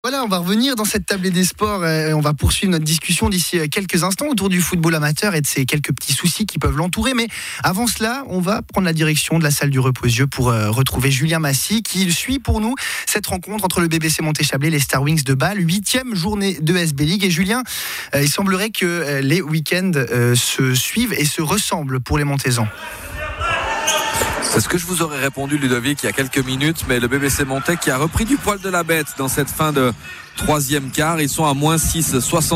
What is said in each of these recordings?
Voilà, on va revenir dans cette tablée des sports. On va poursuivre notre discussion d'ici quelques instants autour du football amateur et de ces quelques petits soucis qui peuvent l'entourer. Mais avant cela, on va prendre la direction de la salle du Repos-Yeux pour retrouver Julien Massy qui suit pour nous cette rencontre entre le BBC Montéchablais et les Star Wings de Bâle, 8e journée de SB League. Et Julien, il semblerait que les week-ends se suivent et se ressemblent pour les Montaisans. C'est ce que je vous aurais répondu, Ludovic, il y a quelques minutes, mais le BBC Montais qui a repris du poil de la bête dans cette fin de troisième quart. Ils sont à moins 6,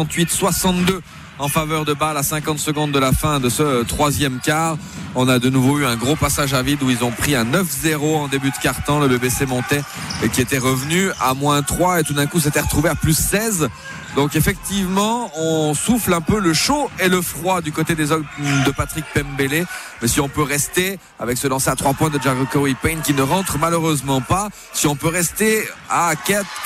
68-62 en faveur de Bâle à 50 secondes de la fin de ce troisième quart. On a de nouveau eu un gros passage à vide où ils ont pris un 9-0 en début de quart-temps, le BBC Montais qui était revenu à moins 3 et tout d'un coup s'était retrouvé à plus 16. Donc effectivement, on souffle un peu le chaud et le froid du côté des hommes de Patrick Pembele. Mais si on peut rester avec ce lancer à 3 points de Jericho Payne qui ne rentre malheureusement pas, si on peut rester à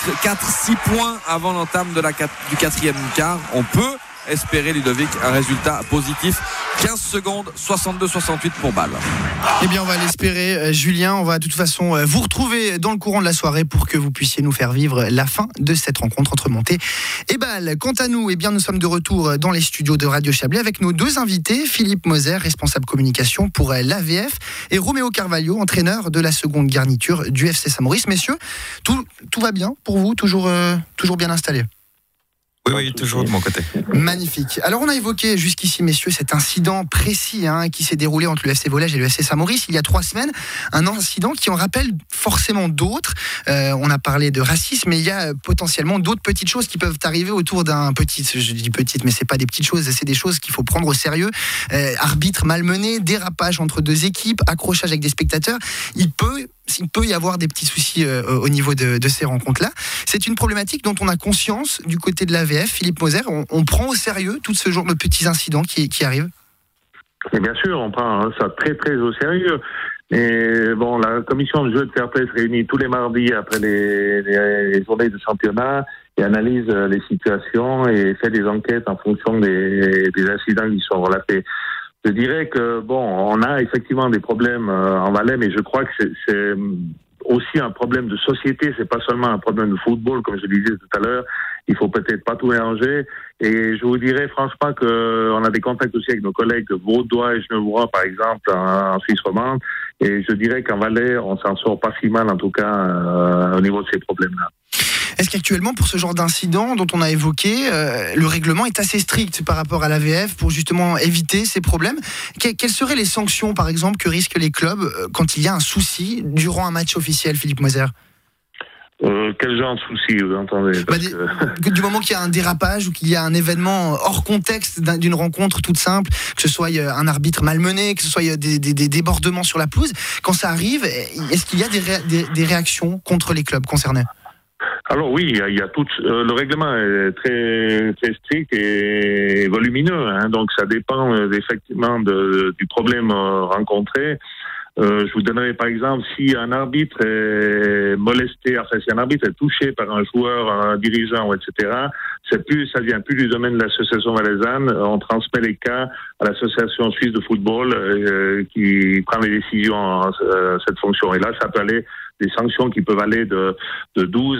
4-6 points avant l'entame de du quatrième quart, on peut espérer, Ludovic, un résultat positif. 15 secondes, 62-68 pour Bâle. Eh bien, on va l'espérer, Julien. On va de toute façon vous retrouver dans le courant de la soirée pour que vous puissiez nous faire vivre la fin de cette rencontre entre Monté et Bâle. Quant à nous, eh bien, nous sommes de retour dans les studios de Radio Chablais avec nos deux invités, Philippe Moser, responsable communication pour l'AVF, et Roméo Carvalho, entraîneur de la seconde garniture du FC Saint-Maurice. Messieurs, tout va bien pour vous, toujours bien installé? Oui, toujours de mon côté. Magnifique. Alors on a évoqué jusqu'ici, messieurs, cet incident précis qui s'est déroulé entre le FC Volège et le FC Saint-Maurice il y a 3 semaines. Un incident qui en rappelle forcément d'autres. On a parlé de racisme, mais il y a potentiellement d'autres petites choses qui peuvent arriver autour d'un je dis petite, mais c'est pas des petites choses, c'est des choses qu'il faut prendre au sérieux. Arbitre malmené, dérapage entre 2 équipes, accrochage avec des spectateurs. Il peut y avoir des petits soucis au niveau de ces rencontres-là. C'est une problématique dont on a conscience du côté de l'AVF. Philippe Moser, on prend au sérieux tout ce genre de petits incidents qui arrivent? Et bien sûr, on prend ça très très au sérieux. Et bon, la commission de jeu de fair play se réunit tous les mardis après les journées de championnat et analyse les situations et fait des enquêtes en fonction des incidents qui sont relatés. Je dirais que on a effectivement des problèmes en Valais, mais je crois que c'est aussi un problème de société. C'est pas seulement un problème de football, comme je disais tout à l'heure. Il faut peut-être pas tout mélanger. Et je vous dirais franchement que on a des contacts aussi avec nos collègues vaudois et genevois, par exemple, en Suisse romande. Et je dirais qu'en Valais, on s'en sort pas si mal, en tout cas, au niveau de ces problèmes-là. Est-ce qu'actuellement, pour ce genre d'incident dont on a évoqué, le règlement est assez strict par rapport à l'AVF pour justement éviter ces problèmes? Quelles seraient les sanctions, par exemple, que risquent les clubs quand il y a un souci durant un match officiel, Philippe Moser? Quel genre de souci vous entendez? Du moment qu'il y a un dérapage ou qu'il y a un événement hors contexte d'une rencontre toute simple, que ce soit un arbitre malmené, que ce soit des débordements sur la pelouse, quand ça arrive, est-ce qu'il y a des réactions contre les clubs concernés? Alors oui, il y a tout. Le règlement est très très strict et volumineux, donc ça dépend effectivement du problème rencontré. Je vous donnerai par exemple si un arbitre est molesté, si un arbitre est touché par un joueur, un dirigeant, etc. Ça vient plus du domaine de l'association valaisanne. On transmet les cas à l'association suisse de football qui prend les décisions en cette fonction. Et là, ça peut aller des sanctions qui peuvent aller de 12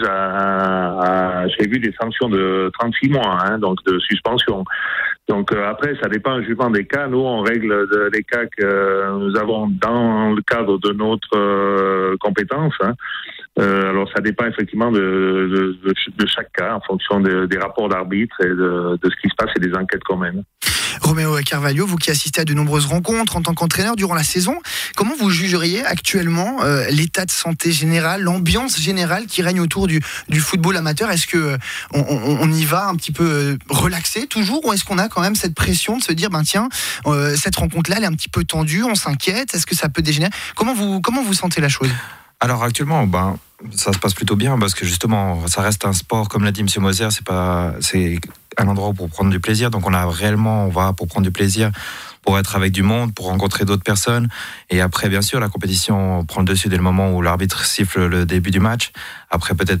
à j'ai vu des sanctions de 36 mois, donc de suspension. Donc après, ça dépend du jugement des cas. Nous, on règle les cas que nous avons dans le cadre de notre compétence. Alors ça dépend effectivement de chaque cas en fonction des rapports d'arbitre et de ce qui se passe et des enquêtes qu'on mène. Roméo Carvalho, vous qui assistez à de nombreuses rencontres en tant qu'entraîneur durant la saison, comment vous jugeriez actuellement l'état de santé général, l'ambiance générale qui règne autour du football amateur? Est-ce que on y va un petit peu relaxé toujours, ou est-ce qu'on a quand même cette pression de se dire cette rencontre-là elle est un petit peu tendue, on s'inquiète, est-ce que ça peut dégénérer? Comment vous sentez la chose? Alors actuellement, ça se passe plutôt bien parce que justement, ça reste un sport, comme l'a dit M. Moser, c'est un endroit pour prendre du plaisir. Donc on va pour prendre du plaisir, pour être avec du monde, pour rencontrer d'autres personnes. Et après, bien sûr, la compétition prend le dessus dès le moment où l'arbitre siffle le début du match. Après, peut-être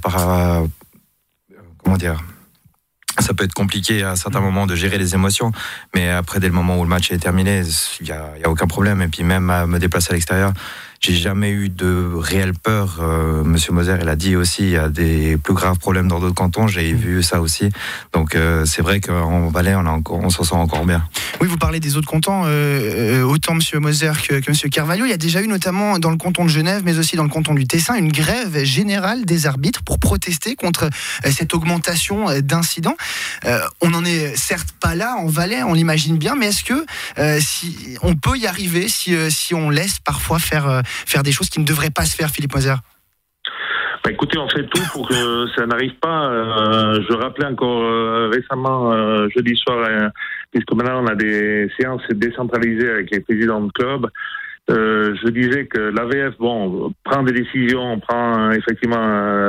ça peut être compliqué à certains moments de gérer les émotions, mais après, dès le moment où le match est terminé, il y a aucun problème. Et puis même à me déplacer à l'extérieur, j'ai jamais eu de réelle peur. Monsieur Moser, il a dit aussi, il y a des plus graves problèmes dans d'autres cantons. J'ai vu ça aussi. Donc c'est vrai qu'en Valais, on s'en sent encore bien. Oui, vous parlez des autres cantons, autant Monsieur Moser que Monsieur Carvalho. Il y a déjà eu notamment dans le canton de Genève, mais aussi dans le canton du Tessin, une grève générale des arbitres pour protester contre cette augmentation d'incidents. On n'en est certes pas là en Valais, on l'imagine bien, mais est-ce que si on peut y arriver si on laisse parfois faire des choses qui ne devraient pas se faire, Philippe Moser? Écoutez, on fait tout pour que ça n'arrive pas. Je rappelais encore récemment, jeudi soir, puisque maintenant on a des séances décentralisées avec les présidents de club. Je disais que l'AVF, prend des décisions, prend effectivement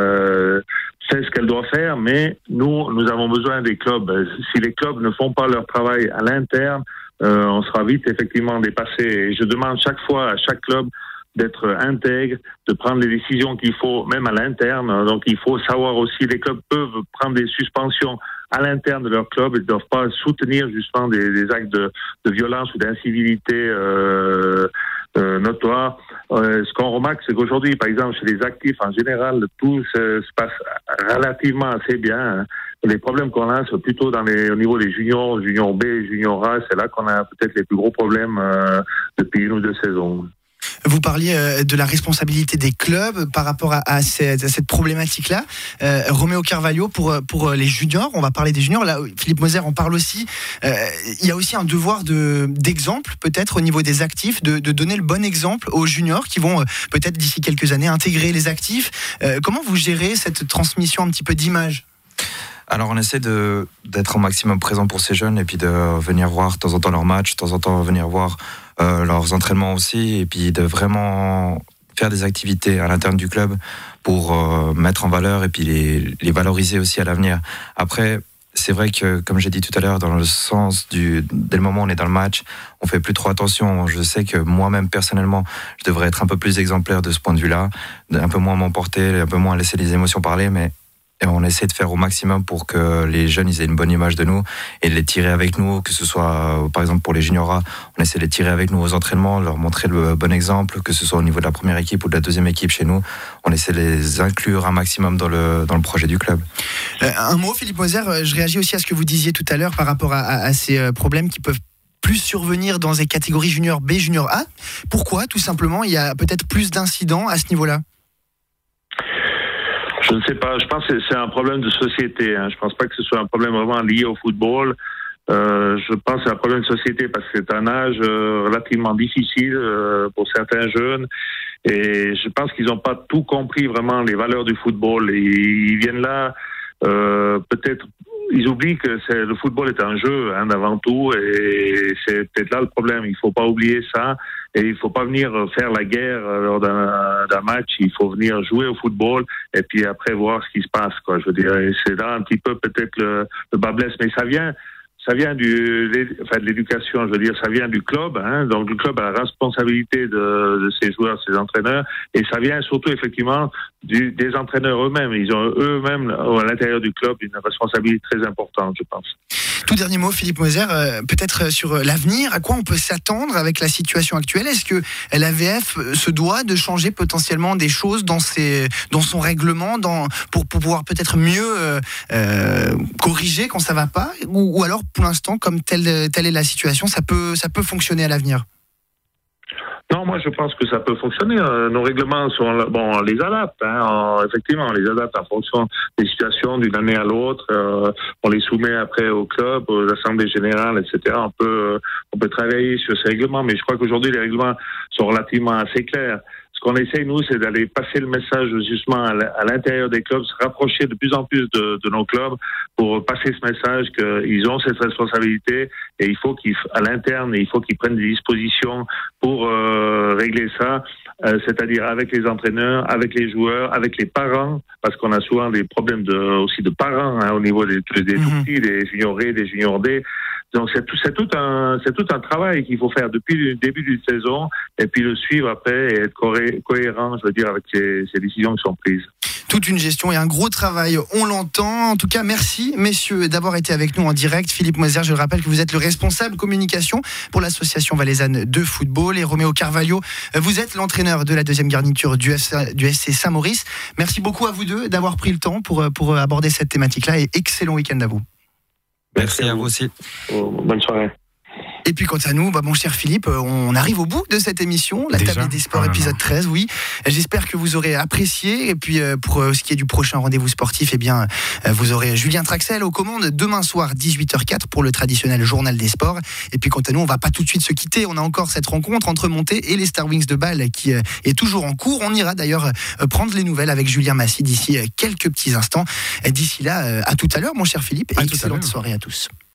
fait ce qu'elle doit faire, mais nous avons besoin des clubs. Si les clubs ne font pas leur travail à l'interne, on sera vite effectivement dépassé. Et je demande chaque fois à chaque club d'être intègre, de prendre les décisions qu'il faut, même à l'interne. Donc il faut savoir aussi, les clubs peuvent prendre des suspensions à l'interne de leur club. Ils ne doivent pas soutenir justement des actes de violence ou d'incivilité notoires. Ce qu'on remarque, c'est qu'aujourd'hui, par exemple, chez les actifs en général, tout se passe relativement assez bien. Les problèmes qu'on a, c'est plutôt au niveau des juniors, junior B, junior A. C'est là qu'on a peut-être les plus gros problèmes depuis 1 ou 2 saisons. Vous parliez de la responsabilité des clubs par rapport à cette problématique-là. Roméo Carvalho, pour les juniors, on va parler des juniors. Là, Philippe Moser en parle aussi. Il y a aussi un devoir d'exemple, peut-être au niveau des actifs, de donner le bon exemple aux juniors qui vont peut-être d'ici quelques années intégrer les actifs. Comment vous gérez cette transmission un petit peu d'image ? Alors on essaie d'être au maximum présent pour ces jeunes et puis de venir voir de temps en temps leurs matchs, de temps en temps venir voir leurs entraînements aussi, et puis de vraiment faire des activités à l'interne du club pour mettre en valeur et puis les valoriser aussi à l'avenir. Après, c'est vrai que, comme j'ai dit tout à l'heure, dans le sens dès le moment où on est dans le match, on fait plus trop attention. Je sais que moi-même, personnellement, je devrais être un peu plus exemplaire de ce point de vue-là, un peu moins m'emporter, un peu moins laisser les émotions parler, mais on essaie de faire au maximum pour que les jeunes ils aient une bonne image de nous et de les tirer avec nous, que ce soit par exemple pour les juniors A, on essaie de les tirer avec nous aux entraînements, leur montrer le bon exemple, que ce soit au niveau de la première équipe ou de la deuxième équipe chez nous, on essaie de les inclure un maximum dans le projet du club. Un mot, Philippe Moser, je réagis aussi à ce que vous disiez tout à l'heure par rapport à ces problèmes qui peuvent plus survenir dans les catégories junior B, junior A. Pourquoi ? Tout simplement, il y a peut-être plus d'incidents à ce niveau-là. Je ne sais pas. Je pense que c'est un problème de société. Je ne pense pas que ce soit un problème vraiment lié au football. Je pense que c'est un problème de société parce que c'est un âge relativement difficile pour certains jeunes. Et je pense qu'ils n'ont pas tout compris vraiment les valeurs du football. Et ils viennent là, peut-être, ils oublient que le football est un jeu avant tout. Et c'est peut-être là le problème. Il ne faut pas oublier ça. Et il ne faut pas venir faire la guerre lors d'un match. Il faut venir jouer au football et puis après voir ce qui se passe, quoi. Je veux dire, et c'est là un petit peu peut-être le bas blesse, mais ça vient de l'éducation. Je veux dire, ça vient du club. Donc le club a la responsabilité de ses joueurs, ses entraîneurs, et ça vient surtout effectivement des entraîneurs eux-mêmes. Ils ont eux-mêmes à l'intérieur du club une responsabilité très importante, je pense. Tout dernier mot, Philippe Moser, peut-être sur l'avenir. À quoi on peut s'attendre avec la situation actuelle ? Est-ce que l'AVF se doit de changer potentiellement des choses dans son règlement pour pouvoir peut-être mieux corriger quand ça ne va pas ? Ou alors, pour l'instant, comme telle est la situation, ça peut fonctionner à l'avenir ? Non, moi je pense que ça peut fonctionner. Nos règlements sont on les adapte. Effectivement, on les adapte en fonction des situations d'une année à l'autre. On les soumet après au club, aux assemblées générales, etc. On peut travailler sur ces règlements, mais je crois qu'aujourd'hui les règlements sont relativement assez clairs. Ce qu'on essaye, nous, c'est d'aller passer le message justement à l'intérieur des clubs, se rapprocher de plus en plus de nos clubs pour passer ce message qu'ils ont cette responsabilité et il faut à l'interne, il faut qu'ils prennent des dispositions pour régler ça, c'est-à-dire avec les entraîneurs, avec les joueurs, avec les parents, parce qu'on a souvent des problèmes aussi de parents au niveau des tout petits, des juniors A, des juniors D. Donc c'est tout un travail qu'il faut faire depuis le début d'une saison et puis le suivre après et être cohérent, je veux dire, avec ces décisions qui sont prises. Toute une gestion et un gros travail, on l'entend. En tout cas, merci messieurs d'avoir été avec nous en direct. Philippe Moser, je le rappelle que vous êtes le responsable communication pour l'association valaisanne de football. Et Roméo Carvalho, vous êtes l'entraîneur de la deuxième garniture du SC Saint-Maurice. Merci beaucoup à vous deux d'avoir pris le temps pour aborder cette thématique-là et excellent week-end à vous. Merci à vous aussi. Bonne soirée. Et puis quant à nous, mon cher Philippe, on arrive au bout de cette émission, la Déjà table des sports, épisode 13, oui. J'espère que vous aurez apprécié. Et puis pour ce qui est du prochain rendez-vous sportif, vous aurez Julien Traxel aux commandes demain soir 18h04 pour le traditionnel journal des sports. Et puis quant à nous, on va pas tout de suite se quitter. On a encore cette rencontre entre Monté et les Star Wings de Bâle qui est toujours en cours. On ira d'ailleurs prendre les nouvelles avec Julien Massy d'ici quelques petits instants. D'ici là, à tout à l'heure, mon cher Philippe. Et excellente soirée à tous.